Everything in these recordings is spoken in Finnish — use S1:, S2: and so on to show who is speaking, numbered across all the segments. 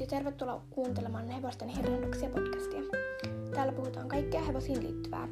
S1: tervetuloa kuuntelemaan Hevosten hirnannuksia podcastia. Täällä puhutaan kaikkea hevosiin liittyvää.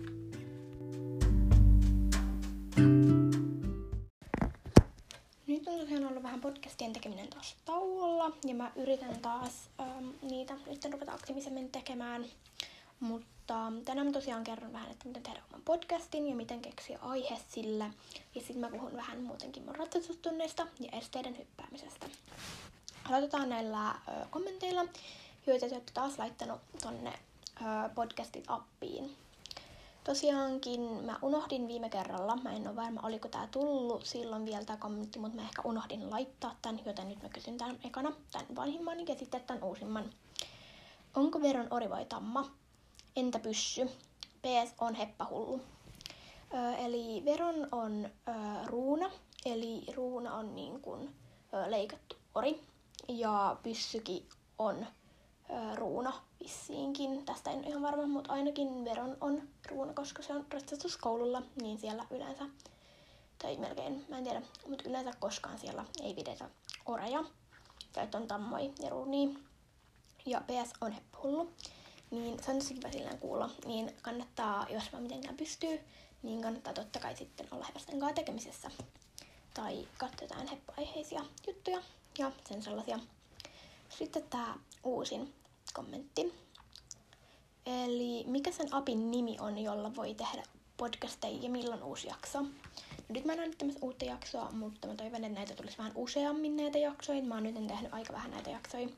S1: Nyt on tosiaan ollut vähän podcastien tekeminen taas tauolla ja mä yritän taas niitä nyt ruveta aktiivisemmin tekemään. Mutta tänään mä tosiaan kerron vähän, että miten tehdä oman podcastin ja miten keksiä aihe sille. Ja sitten mä puhun vähän muutenkin mun ratsastustunneista ja esteiden hyppäämisestä. Aloitetaan näillä kommenteilla, joita te olette taas laittanut tonne podcastit appiin. Tosiaankin mä unohdin viime kerralla, mä en ole varma oliko tää tullut silloin vielä tää kommentti, mutta mä ehkä unohdin laittaa tän, joten nyt mä kysyn tän ekana, tän vanhimman ja sitten tän uusimman. Onko Veron ori vai tamma? Entä pyssy? PS on heppahullu. Eli Veron on ruuna, eli ruuna on niin kuin leikattu ori. Ja pyssykin on ruuna vissiinkin. Tästä en ole ihan varma, mutta ainakin Veron on ruuna, koska se on ratsastuskoululla, niin siellä yleensä, tai melkein, mä en tiedä, mutta yleensä koskaan siellä ei pidetä oreja. Tai on tammoi ja ruunia. Ja PS on heppahullu. Niin se on tosi kiva silleen kuulla. Niin kannattaa, jos vaan mitenkään pystyy, niin kannattaa totta kai sitten olla hevosten kanssa tekemisessä. Tai katsotaan heppa-aiheisia juttuja ja sen sellaisia. Sitten tää uusin kommentti. Eli mikä sen appin nimi on, jolla voi tehdä podcasteja ja milloin uusi jakso? No, nyt mä en ole tämmöistä uutta jaksoa, mutta mä toivon, että näitä tulisi vähän useammin näitä jaksoja. Mä oon nyt tehnyt aika vähän näitä jaksoja.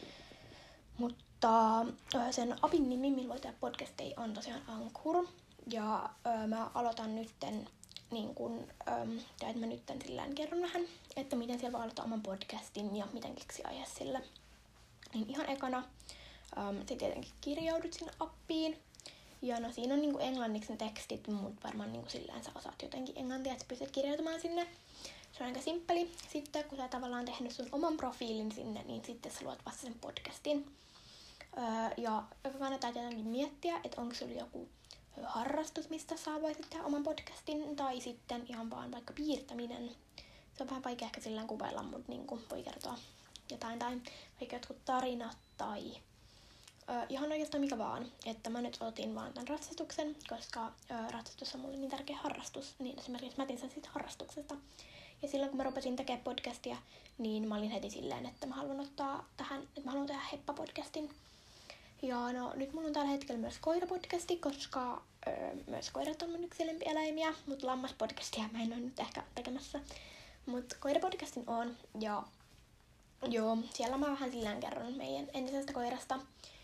S1: Mutta sen appin nimi, millä voi tehdä podcasteja, on tosiaan Anchor. Ja mä aloitan nytten niin kun, että mä nyt sillään kerron vähän, että miten siellä voi aloittaa oman podcastin ja miten keksiä aihe sille. Niin ihan ekana sä tietenkin kirjaudut sinne appiin. Ja no siinä on niinku englanniksi ne tekstit, mutta varmaan niinku sillään sä osaat jotenkin englantia, että sä pystyt kirjautumaan sinne. Se on aika simppeli. Sitten kun sä tavallaan tehnyt sun oman profiilin sinne, niin sitten sä luot vasta sen podcastin. Ja kannattaa tietenkin miettiä, että onko sulla joku harrastus, mistä sä voisit tehdä oman podcastin, tai sitten ihan vaan vaikka piirtäminen. Se on vähän vaikea ehkä sillä kuvailla, mutta niin kuin voi kertoa jotain, tai vaikka jotkut tarinat, tai ihan oikeastaan mikä vaan. Että mä nyt otin vaan tämän ratsastuksen, koska ratsastus on mulle niin tärkeä harrastus, niin esimerkiksi mä otin sen siitä harrastuksesta. Ja silloin kun mä rupesin tekemään podcastia, niin mä olin heti silleen, että mä haluan ottaa tähän, että mä haluan tehdä heppa-podcastin. Ja no nyt mulla on tällä hetkellä myös koirapodcasti, koska myös koirat on mun yksi lempieläimiä, mutta lammaspodcastia mä en ole nyt ehkä tekemässä. Mutta koirapodcastin on, ja joo, siellä mä vähän sillään kerron meidän entisestä koirasta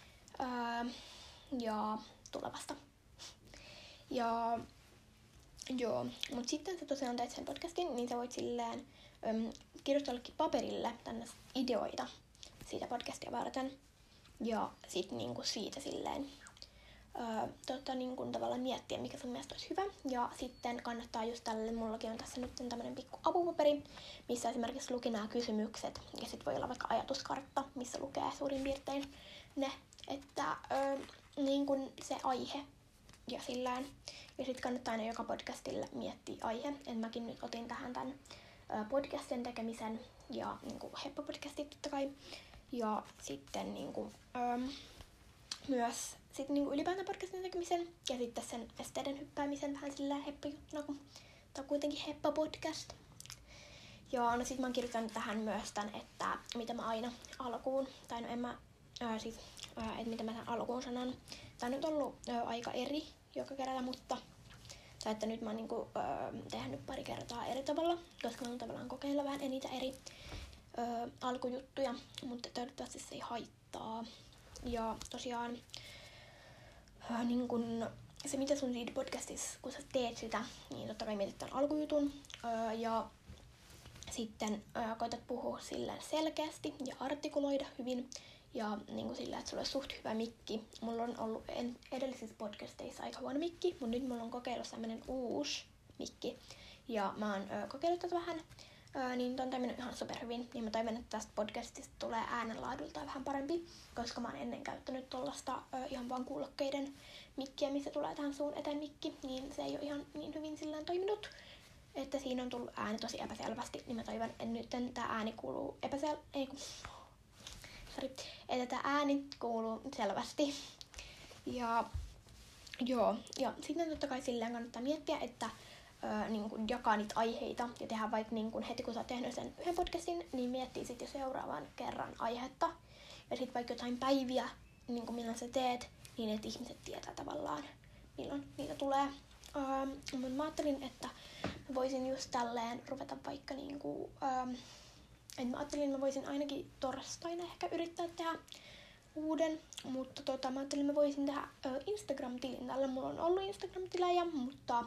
S1: ja tulevasta. Ja joo, mutta sitten sä tosiaan teet sen podcastin, niin sä voit silleen kirjoittaa jollekin paperille tänne ideoita siitä podcastia varten. Ja sit niinku siitä silleen niinku tavallaan miettiä, mikä sun mielestä olisi hyvä. Ja sitten kannattaa just tälle, mullakin on tässä nyt tämmönen pikku apupaperi, missä esimerkiksi luki nämä kysymykset. Ja sit voi olla vaikka ajatuskartta, missä lukee suurin piirtein ne, että niinku se aihe ja sillään. Ja sit kannattaa aina joka podcastille miettiä aihe. Et mäkin nyt otin tähän tän podcastin tekemisen ja niinku heppa-podcastit totta kai. Ja sitten niinku, myös sit niinku ylipäätään podcastin tekemisen ja sitten sen esteiden hyppäämisen vähän silleen heppajuttuna, kun tää on kuitenkin heppa-podcast. Ja no sit mä oon kirjoittanut tähän myös tän, että mitä mä aina alkuun, tai no en mä, että mitä mä tän alkuun sanon. Tää on nyt ollut aika eri joka kerralla, mutta tai että nyt mä oon niinku, tehnyt pari kertaa eri tavalla, koska mä oon tavallaan kokeilla vähän niitä eri alkujuttuja, mutta toivottavasti se ei haittaa. Ja tosiaan niin kun, se mitä sun siitä podcastissa, kun sä teet sitä, niin totta kai mietit tämän alkujutun ja sitten koetat puhua silleen selkeästi ja artikuloida hyvin ja niin sillä, että sulla on suht hyvä mikki. Mulla on ollut edellisissä podcasteissa aika huono mikki, mutta nyt mulla on kokeilussa tämmönen uusi mikki ja mä oon kokeillut tätä vähän. Niin on toiminut ihan superhyvin, niin mä toivon, että tästä podcastista tulee äänenlaadultaan vähän parempi, koska mä oon ennen käyttänyt tollaista ihan vaan kuulokkeiden mikkiä, missä tulee tähän suun eteen mikki, niin se ei ole ihan niin hyvin sillään toiminut, että siinä on tullut ääni tosi epäselvästi, niin mä toivon, että nyt tää ääni kuuluu että tämä ääni kuuluu selvästi. Ja sitten totta kai silleen kannattaa miettiä, että niin kuin jakaa niitä aiheita ja tehdä vaikka niin kuin heti kun sä oot tehnyt sen yhden podcastin, niin miettii sitten jo seuraavan kerran aihetta. Ja sitten vaikka jotain päiviä, niin kuin milloin sä teet, niin että ihmiset tietää tavallaan, milloin niitä tulee. Mutta mä ajattelin, että mä voisin just tälleen ruveta vaikka niinku, että mä ajattelin, että mä voisin ainakin torstaina ehkä yrittää tehdä uuden, mutta mä ajattelin, että mä voisin tehdä Instagram-tilin tällä. Mulla on ollut Instagram-tilejä, mutta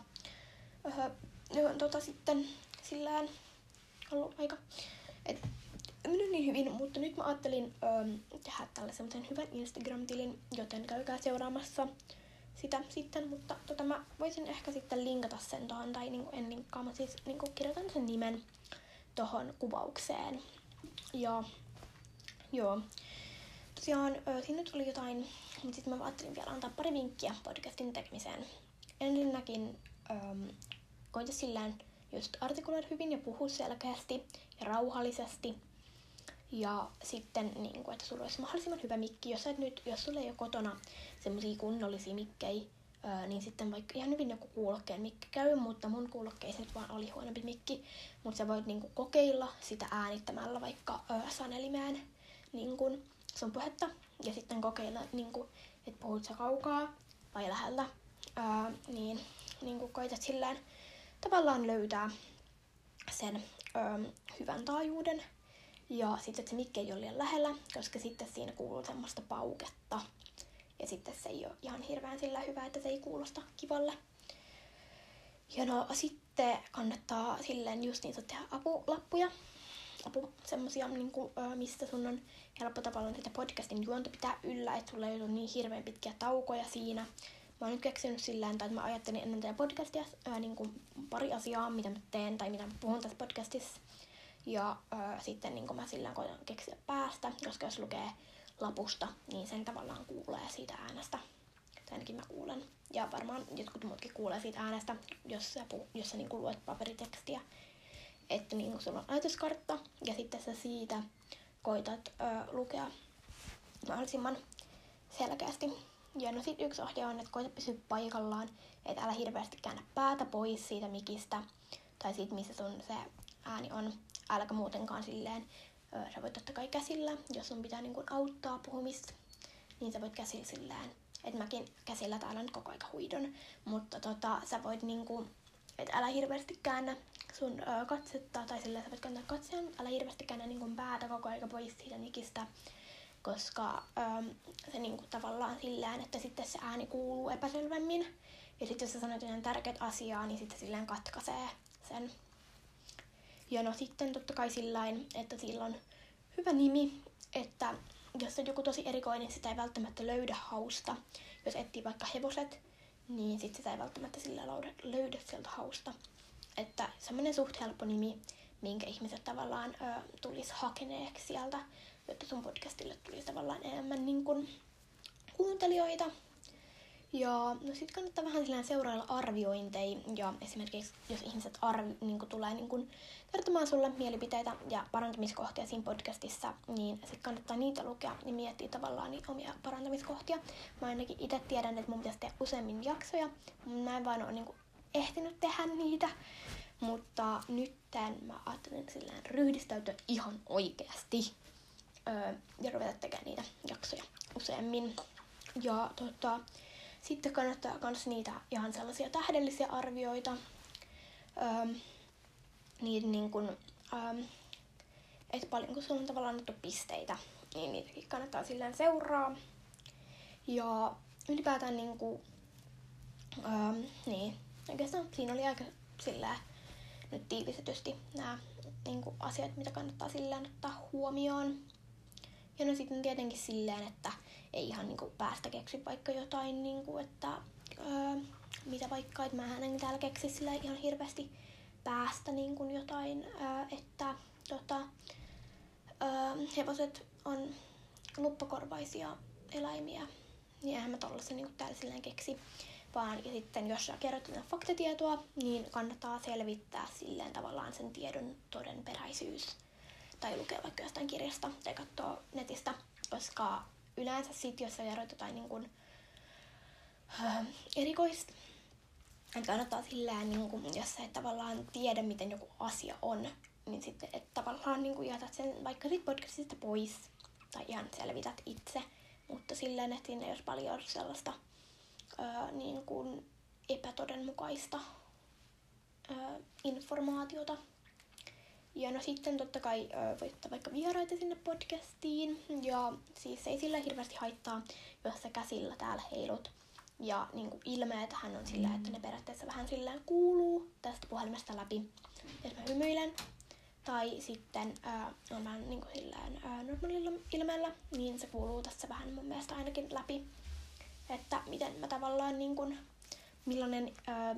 S1: sitten sillään ollut aika, että mennyt niin hyvin, mutta nyt mä ajattelin tehdä tällä semmoisen hyvän Instagram-tilin, joten käykää seuraamassa sitä sitten, mutta mä voisin ehkä sitten linkata sen tohon, tai niinku en linkkaa, mä siis niinku kirjoitan sen nimen tohon kuvaukseen. Ja joo, tosiaan siinä nyt oli jotain, mutta sitten mä ajattelin vielä antaa pari vinkkiä podcastin tekemiseen. Ensinnäkin koita silleen just artikuloida hyvin ja puhua selkeästi ja rauhallisesti. Ja sitten, niin kuin, että sulla olisi mahdollisimman hyvä mikki. Jos sulla ei ole kotona semmosia kunnollisia mikkejä, niin sitten vaikka ihan hyvin joku kuulokkeen mikki käy, mutta mun kuulokkeissa nyt vaan oli huonompi mikki. Mutta sä voit niin kuin, kokeilla sitä äänittämällä vaikka sanelimeen niin kuin, sun puhetta. Ja sitten kokeilla, niin kuin, että puhut sä kaukaa vai läheltä. Niin kuin koitat silleen tavallaan löytää sen hyvän taajuuden. Ja sitten se mikki ei ole liian lähellä, koska sitten siinä kuuluu semmoista pauketta. Ja sitten se ei ole ihan hirveän sillä hyvä, että se ei kuulosta kivalle. Ja no sitten kannattaa silleen just niin tehdä apulappuja. Semmosia, niinku, mistä sun on helppo tavallaan sitä podcastin juonta pitää yllä, että sulla ei ole niin hirveän pitkiä taukoja siinä. Mä oon nyt keksinyt silleen, että mä ajattelin ennen tätä podcastia niinku pari asiaa, mitä mä teen tai mitä mä puhun tässä podcastissa. Ja sitten niin mä sillä koitan keksiä päästä, koska jos lukee lapusta, niin sen tavallaan kuulee siitä äänestä. Tai ainakin mä kuulen. Ja varmaan jotkut muutkin kuulee siitä äänestä, jos sä niin luet paperitekstiä. Että niin sulla on ajatuskartta ja sitten sä siitä koitat lukea mahdollisimman selkeästi. Ja no sit yksi ohje on, että koita pysyä paikallaan, että älä hirveästi käännä päätä pois siitä mikistä tai siitä, missä sun se ääni on. Äläkä muutenkaan silleen, sä voit totta kai käsillä, jos sun pitää niin kuin auttaa puhumista, niin sä voit käsillä silleen. Et mäkin käsillä täällä nyt koko aika huidon, mutta sä voit niinku, et älä hirveästi käännä sun katsetta, tai silleen sä voit kääntää katseen, älä hirveästi käännä niinku päätä koko aika pois siitä mikistä, koska se niinku tavallaan silleen, että sitten se ääni kuuluu epäselvemmin. Ja sitten jos sä sanot jotain tärkeät asiaa, niin sitten silleen katkaisee sen. Ja no sitten totta kai sillain, että sillä on hyvä nimi, että jos on joku tosi erikoinen, niin sitä ei välttämättä löydä hausta. Jos etsii vaikka hevoset, niin sitten sitä ei välttämättä sillä löydä sieltä hausta. Että semmoinen suht helppo nimi, minkä ihmiset tavallaan tulisi hakeneeksi sieltä, jotta sun podcastille tulisi tavallaan enemmän niin kuin kuuntelijoita. Ja no sit kannattaa vähän silleen seurailla arviointeja ja esimerkiksi jos ihmiset tulee kertomaan sulle mielipiteitä ja parantamiskohtia siinä podcastissa, niin sit kannattaa niitä lukea ja miettiä tavallaan niitä omia parantamiskohtia. Mä ainakin itse tiedän, että mun pitäisi tehdä useammin jaksoja, mä en vaan ole ehtinyt tehdä niitä, mutta nytten mä ajattelin silleen ryhdistäytyä ihan oikeasti ja ruveta tekemään niitä jaksoja useammin. Ja sitten kannattaa myös niitä ihan sellaisia tähdellisiä arvioita. Että paljon kun sulla on tavallaan annettu pisteitä, niin niitäkin kannattaa silleen seuraa. Ja ylipäätään niin, oikeastaan siinä oli aika silleen nyt tiivistetysti nämä asiat, mitä kannattaa silleen ottaa huomioon. Ja no sitten tietenkin silleen, että ei ihan päästä keksi vaikka jotain, että mitä vaikka, että mä en täällä keksi sillä ihan hirveästi päästä jotain, että hevoset on luppakorvaisia eläimiä, niin eihän mä tollasen täällä silleen keksi. Vaan ja sitten jos sä kerrot jotain faktatietoa, niin kannattaa selvittää silleen tavallaan sen tiedon todenperäisyys. Tai lukea vaikka jostain kirjasta tai katsoa netistä koska yleensä sit, jos sä vierailet jotain niin kuin, erikoista, että kannattaa sillään, niin kuin, jos sä et tavallaan tiedä, miten joku asia on, niin sitten et tavallaan niin kuin jätät sen vaikka sit podcastista pois tai ihan selvität itse, mutta silleen, että siinä ei olisi paljon sellaista niin kuin epätodenmukaista informaatiota. Ja no sitten totta kai voit ottaa vaikka vieraita sinne podcastiin. Ja siis ei sillä hirveästi haittaa, jos sä käsillä täällä heilut. Ja niin kuin ilmeetähän on sillä, että ne periaatteessa vähän sillä kuuluu tästä puhelimesta läpi. Jos mä hymyilen tai sitten on vähän niin kuin sillään normaalilla ilmeellä, niin se kuuluu tässä vähän mun mielestä ainakin läpi. Että miten mä tavallaan niin kuin, millainen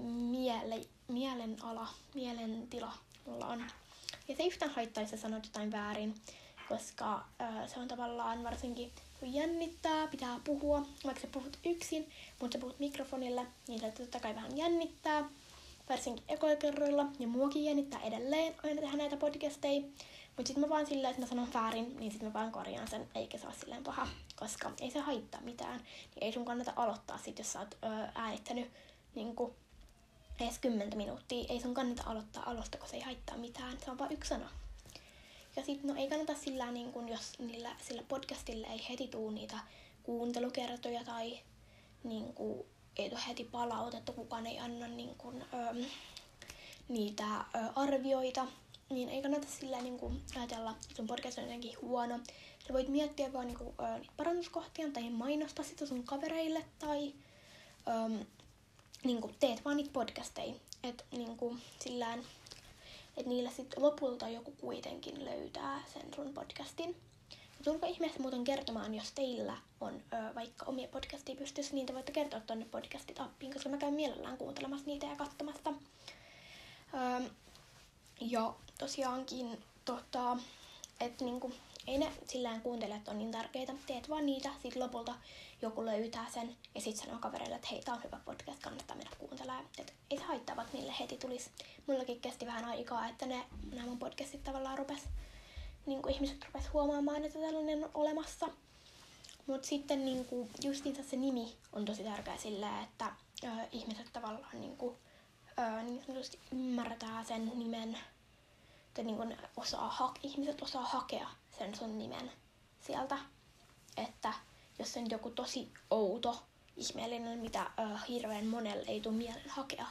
S1: mielentila mulla on. Ja se ei yhtään haittaisi, sanot jotain väärin, koska se on tavallaan varsinkin, kun jännittää, pitää puhua, vaikka sä puhut yksin, mutta sä puhut mikrofonille, niin se totta kai vähän jännittää, varsinkin ekoikerroilla, ja muakin jännittää edelleen aina tehdä näitä podcasteja, mutta sit mä vaan silleen, että mä sanon väärin, niin sit mä vaan korjaan sen, eikä se ole silleen paha, koska ei se haittaa mitään, niin ei sun kannata aloittaa sit, jos sä oot äänittänyt niinku edes 10 minuuttia. Ei sun kannata aloittaa alusta, kun se ei haittaa mitään. Se on vaan yksi sana. Ja sit no ei kannata sillä, niin kun, jos sillä podcastille ei heti tuu niitä kuuntelukertoja tai niin kun, ei ole heti palautettu, kukaan ei anna niin kun, niitä arvioita, niin ei kannata sillä niin kun, ajatella, että sun podcast on jotenkin huono. Sä voit miettiä vaan niin kun, parannuskohtia tai mainostaa sitä sun kavereille tai niin kuin teet vaan niitä podcasteja, että niin kuin sillään, että niillä sitten lopulta joku kuitenkin löytää sen sun podcastin. Ja tulkaa ihmeessä muuten kertomaan, jos teillä on vaikka omia podcastia pystyssä, niin te voitte kertoa tonne podcastit appiin, koska mä käyn mielellään kuuntelemassa niitä ja katsomassa. Ja tosiaankin, että niinku, ei ne sillään kuuntelijat on niin tärkeitä, teet vaan niitä, sit lopulta joku löytää sen ja sit sanoo kavereille, että hei, tää on hyvä podcast, kannattaa mennä kuuntelemaan. Et ei se haittaa, vaikka niille heti tulisi. Mullakin kesti vähän aikaa, että nämä mun podcastit tavallaan niinku ihmiset rupes huomaamaan, että tällainen on olemassa. Mut sitten niinku, justiinsa se nimi on tosi tärkeä sillä, että ihmiset tavallaan niinku, niin sanotusti ymmärtää sen nimen. Että niin kun ihmiset osaa hakea sen sun nimen sieltä. Että jos se on joku tosi outo, ihmeellinen, mitä hirveän monelle ei tule mieleen hakea.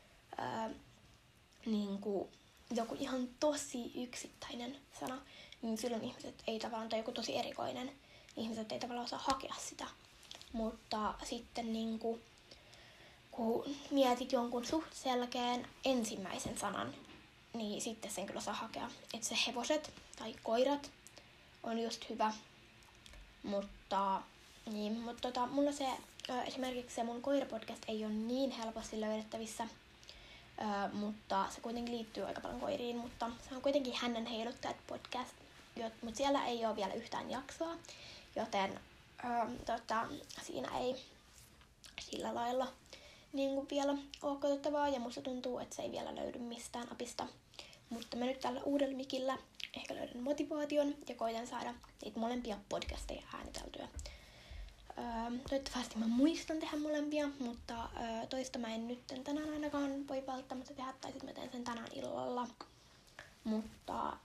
S1: Niin kuin joku ihan tosi yksittäinen sana, niin silloin ihmiset ei tavallaan, tai joku tosi erikoinen, ihmiset ei tavallaan osaa hakea sitä. Mutta sitten niin kuin, kun mietit jonkun suht selkeän ensimmäisen sanan, niin sitten sen kyllä saa hakea. Että se hevoset tai koirat on just hyvä. Mutta mulla se, esimerkiksi se mun koirapodcast ei ole niin helposti löydettävissä. Mutta se kuitenkin liittyy aika paljon koiriin. Mutta se on kuitenkin Hännän heiluttajat podcast. Mutta siellä ei ole vielä yhtään jaksoa. Joten siinä ei sillä lailla niin kuin vielä ole katsottavaa. Ja musta tuntuu, että se ei vielä löydy mistään apista. Mutta mä nyt tällä uudella mikillä ehkä löydän motivaation ja koitan saada niitä molempia podcasteja ääniteltyä. Toivottavasti mä muistan tehdä molempia, mutta toista mä en nyt tänään ainakaan voi välttämättä tehdä, tai sitten mä teen sen tänään illalla. Mutta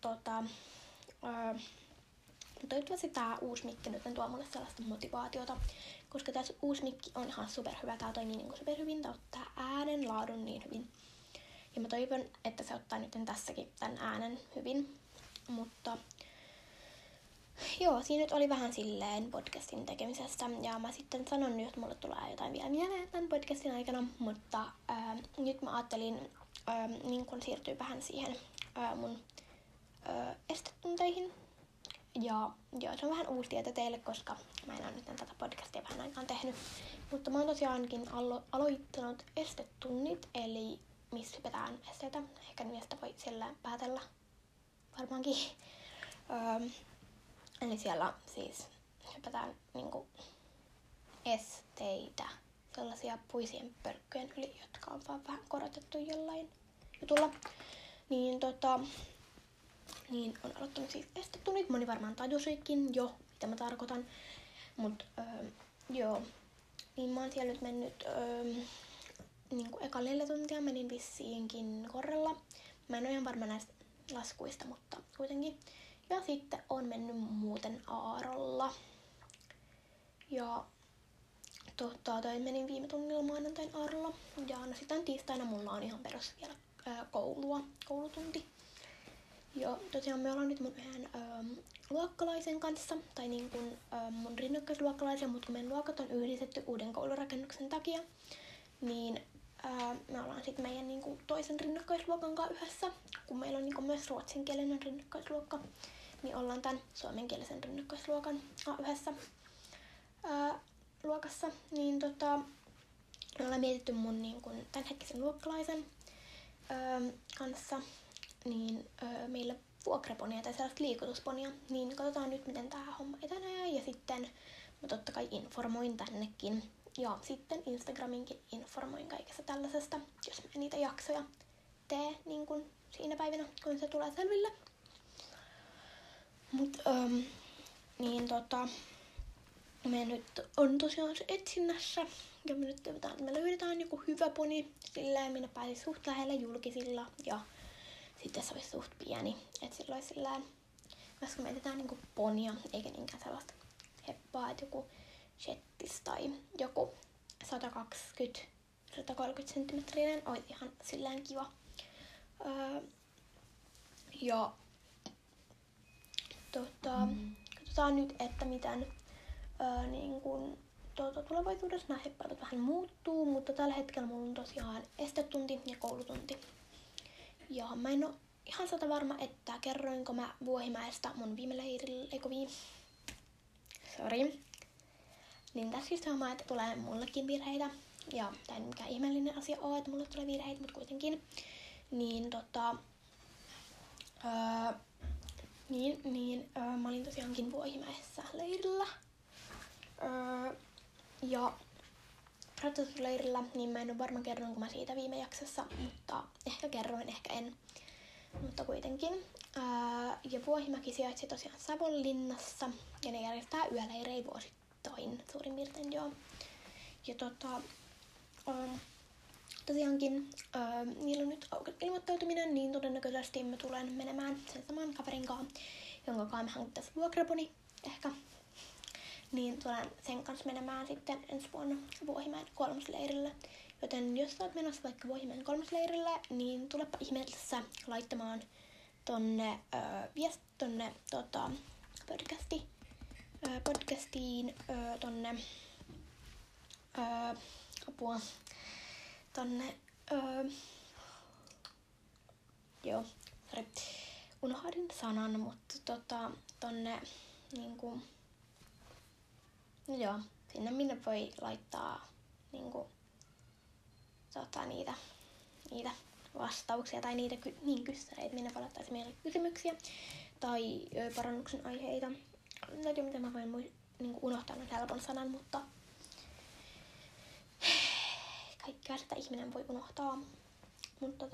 S1: toivottavasti tää uusi mikki nyt tuo mulle sellaista motivaatiota, koska tässä uusi mikki on ihan superhyvä. Tää toimii niin kuin superhyvin, tää ottaa äänen laadun niin hyvin. Ja mä toivon, että se ottaa nyt tässäkin tämän äänen hyvin. Mutta joo, siinä nyt oli vähän silleen podcastin tekemisestä. Ja mä sitten sanon nyt, että mulle tulee jotain vielä mieleen tämän podcastin aikana. Mutta nyt mä ajattelin niin kun siirtyä vähän siihen mun estetunteihin. Ja se on vähän uusi tieto teille, koska mä en ole nyt tätä podcastia vähän aikaan tehnyt. Mutta mä oon tosiaankin aloittanut estetunnit, eli missä hypätään esteitä. Ehkä niistä voi siellä päätellä varmaankin. Eli siellä siis hypätään niinku esteitä, sellaisia puisien pölkkyjen yli, jotka on vaan vähän korotettu jollain jutulla. Niin on aloittanut siis estetunnit. Moni varmaan tajusitkin jo, mitä mä tarkoitan. Mut joo, niin mä oon siellä nyt mennyt niinku eka 4 tuntia menin vissiinkin korrella. Mä en oo ihan varma näistä laskuista, mutta kuitenkin. Ja sitten on mennyt muuten aarolla. Ja menin viime tunnilla maanantain aarolla. Ja no sitten tiistaina mulla on ihan perus vielä koulutunti. Ja tosiaan me ollaan nyt mun yhden luokkalaisen kanssa, tai niin kuin mun rinnakkaisluokkalaisen, mutta kun meidän luokat on yhdistetty uuden koulurakennuksen takia, niin me ollaan sitten meidän niin kuin toisen rinnakkaisluokan kanssa yhdessä, kun meillä on niin kuin myös ruotsinkielinen rinnakkaisluokka, niin ollaan tämän suomenkielisen rinnakkaisluokan yhdessä luokassa. Niin me ollaan mietitty mun niin kuin tämänhetkisen luokkalaisen kanssa, niin meillä vuokraponia tai sellaista liikutusponia, niin katsotaan nyt miten tää homma etenee ja sitten mä totta kai informoin tännekin ja sitten Instagraminkin informoin kaikesta tällaisesta, jos mä niitä jaksoja tee niin kuin siinä päivinä, kun se tulee selville. Mut niin me nyt on tosiaan se etsinnässä ja me nyt toivotaan, että me löydetään joku hyvä poni silleen, minne pääsis suht lähelle julkisilla ja sitten se olisi suht pieni, että silloin silleen, koska me etsitään niinku ponia, eikä niinkään sellaista heppaa, että joku shettis tai joku 120-130 senttimetrinen olisi ihan silleen kiva. Ja katsotaan nyt, että miten niin kun, tulevaisuudessa nämä heppailut vähän muuttuu, mutta tällä hetkellä mulla on tosiaan estetunti ja koulutunti. Ja mä en oo ihan varma, että kerroinko mä Vuohimäestä mun viime leirillä, Niin tässä just huomaa, että tulee mullekin virheitä. Ja tää ei mikään ihmeellinen asia oo, että mulle tulee virheitä, mutta kuitenkin. Niin mä olin tosiaankin Vuohimäessä leirillä. Ja ratsatusleirillä, niin mä en oo varma kerronko mä siitä viime jaksossa, mutta ehkä kerroin, ehkä en. Mutta kuitenkin. Ja Vuohimäki sijaitsi tosiaan Savonlinnassa ja ne järjestää yöleirejä vuosittain suurin piirtein joo. Ja tosiaankin niillä on nyt auki ilmoittautuminen, niin todennäköisesti mä tulen menemään sen saman kaverin kanssa, jonka kanssa me hankittaisiin vuokraponi ehkä. Niin tulen sen kanssa menemään sitten ensi vuonna Vuohimäen 3. leirille. Joten jos sä oot menossa vaikka Vuohimäen 3. leirille, niin tulepa ihmeessä laittamaan tonne podcastiin tonne apua tonne unohdin sanan, mutta tonne niinku sinne minne voi laittaa niinku niitä vastauksia tai niitä kyssäreitä, minne valattaisi meille kysymyksiä tai parannuksen aiheita. En tiedä, miten mä voin unohtaa nyt helpon sanan, mutta kaikkea sitä ihminen voi unohtaa. Mutta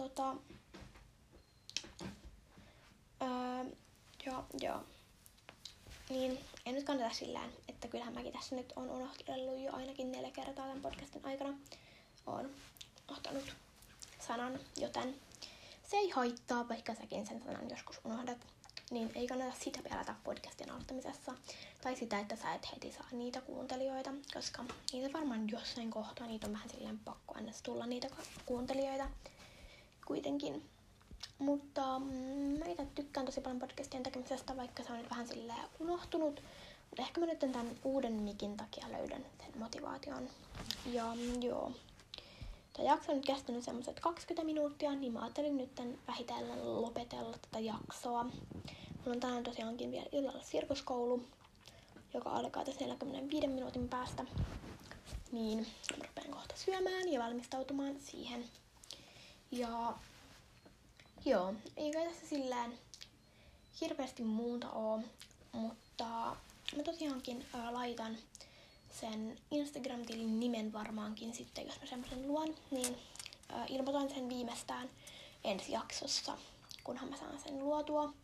S1: niin en nyt kannata sillään, että kyllähän mäkin tässä nyt on unohdellut jo ainakin 4 kertaa tämän podcastin aikana. Oon unohtanut sanan, joten se ei haittaa, vaikka säkin sen sanan joskus unohdat. Niin ei kannata sitä pelätä podcastin aloittamisessa. Tai sitä, että sä et heti saa niitä kuuntelijoita, koska niitä varmaan jossain kohtaa niitä on vähän silleen pakko ennäs tulla niitä kuuntelijoita kuitenkin. Mutta mä itse tykkään tosi paljon podcastien tekemisestä, vaikka se on nyt vähän silleen unohtunut. Mutta ehkä mä nyt tämän uuden mikin takia löydän sen motivaation. Ja joo. Tämä jakso on nyt kestänyt semmoiset 20 minuuttia, niin mä ajattelin nyt vähitellen lopetella tätä jaksoa. Mulla on tänään tosiaankin vielä illalla sirkuskoulu, joka alkaa tässä 45 minuutin päästä. Niin mä rupean kohta syömään ja valmistautumaan siihen. Ja joo, ei kai tässä sillään hirveästi muuta oo, mutta mä tosiaankin laitan sen Instagram-tilin nimen varmaankin sitten, jos mä semmoisen luon, niin ilmoitan sen viimeistään ensi jaksossa, kunhan mä saan sen luotua.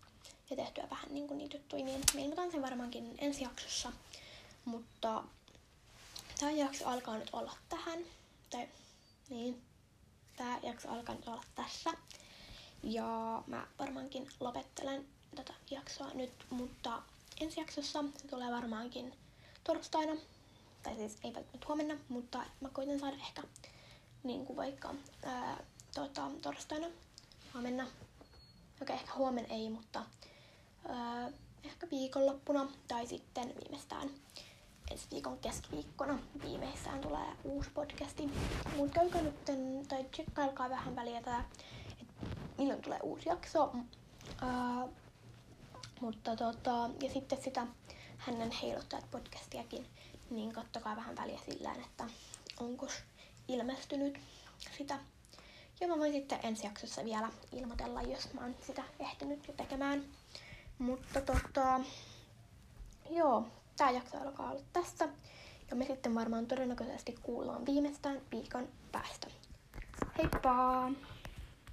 S1: ja tehtyä vähän niinku niitä juttuja, niin mä ilmoitan sen varmaankin ensi jaksossa. Mutta tää jakso alkaa nyt olla tähän. Tai niin, tää jakso alkaa nyt olla tässä. Ja mä varmaankin lopettelen tätä jaksoa nyt, mutta ensi jaksossa se tulee varmaankin torstaina. Tai siis ei välttämättä huomenna, mutta mä koitan saada ehkä niinku vaikka torstaina, huomenna. Okei, ehkä huomenna ei, mutta ehkä viikonloppuna tai sitten viimeistään ensi viikon keskiviikkona viimeistään tulee uusi podcasti. Mut käykää nyt, tai tsekkailkaa vähän väliä tää, että milloin tulee uusi jakso. Mutta ja sitten sitä Hännän heiluttajat podcastiakin, niin kattokaa vähän väliä sillään, että onko ilmestynyt sitä. Ja mä voin sitten ensi jaksossa vielä ilmoitella, jos mä oon sitä ehtinyt jo tekemään. Mutta joo, tää jakso alkaa olla tästä. Ja me sitten varmaan todennäköisesti kuullaan viimeistään viikon päästä. Heippa!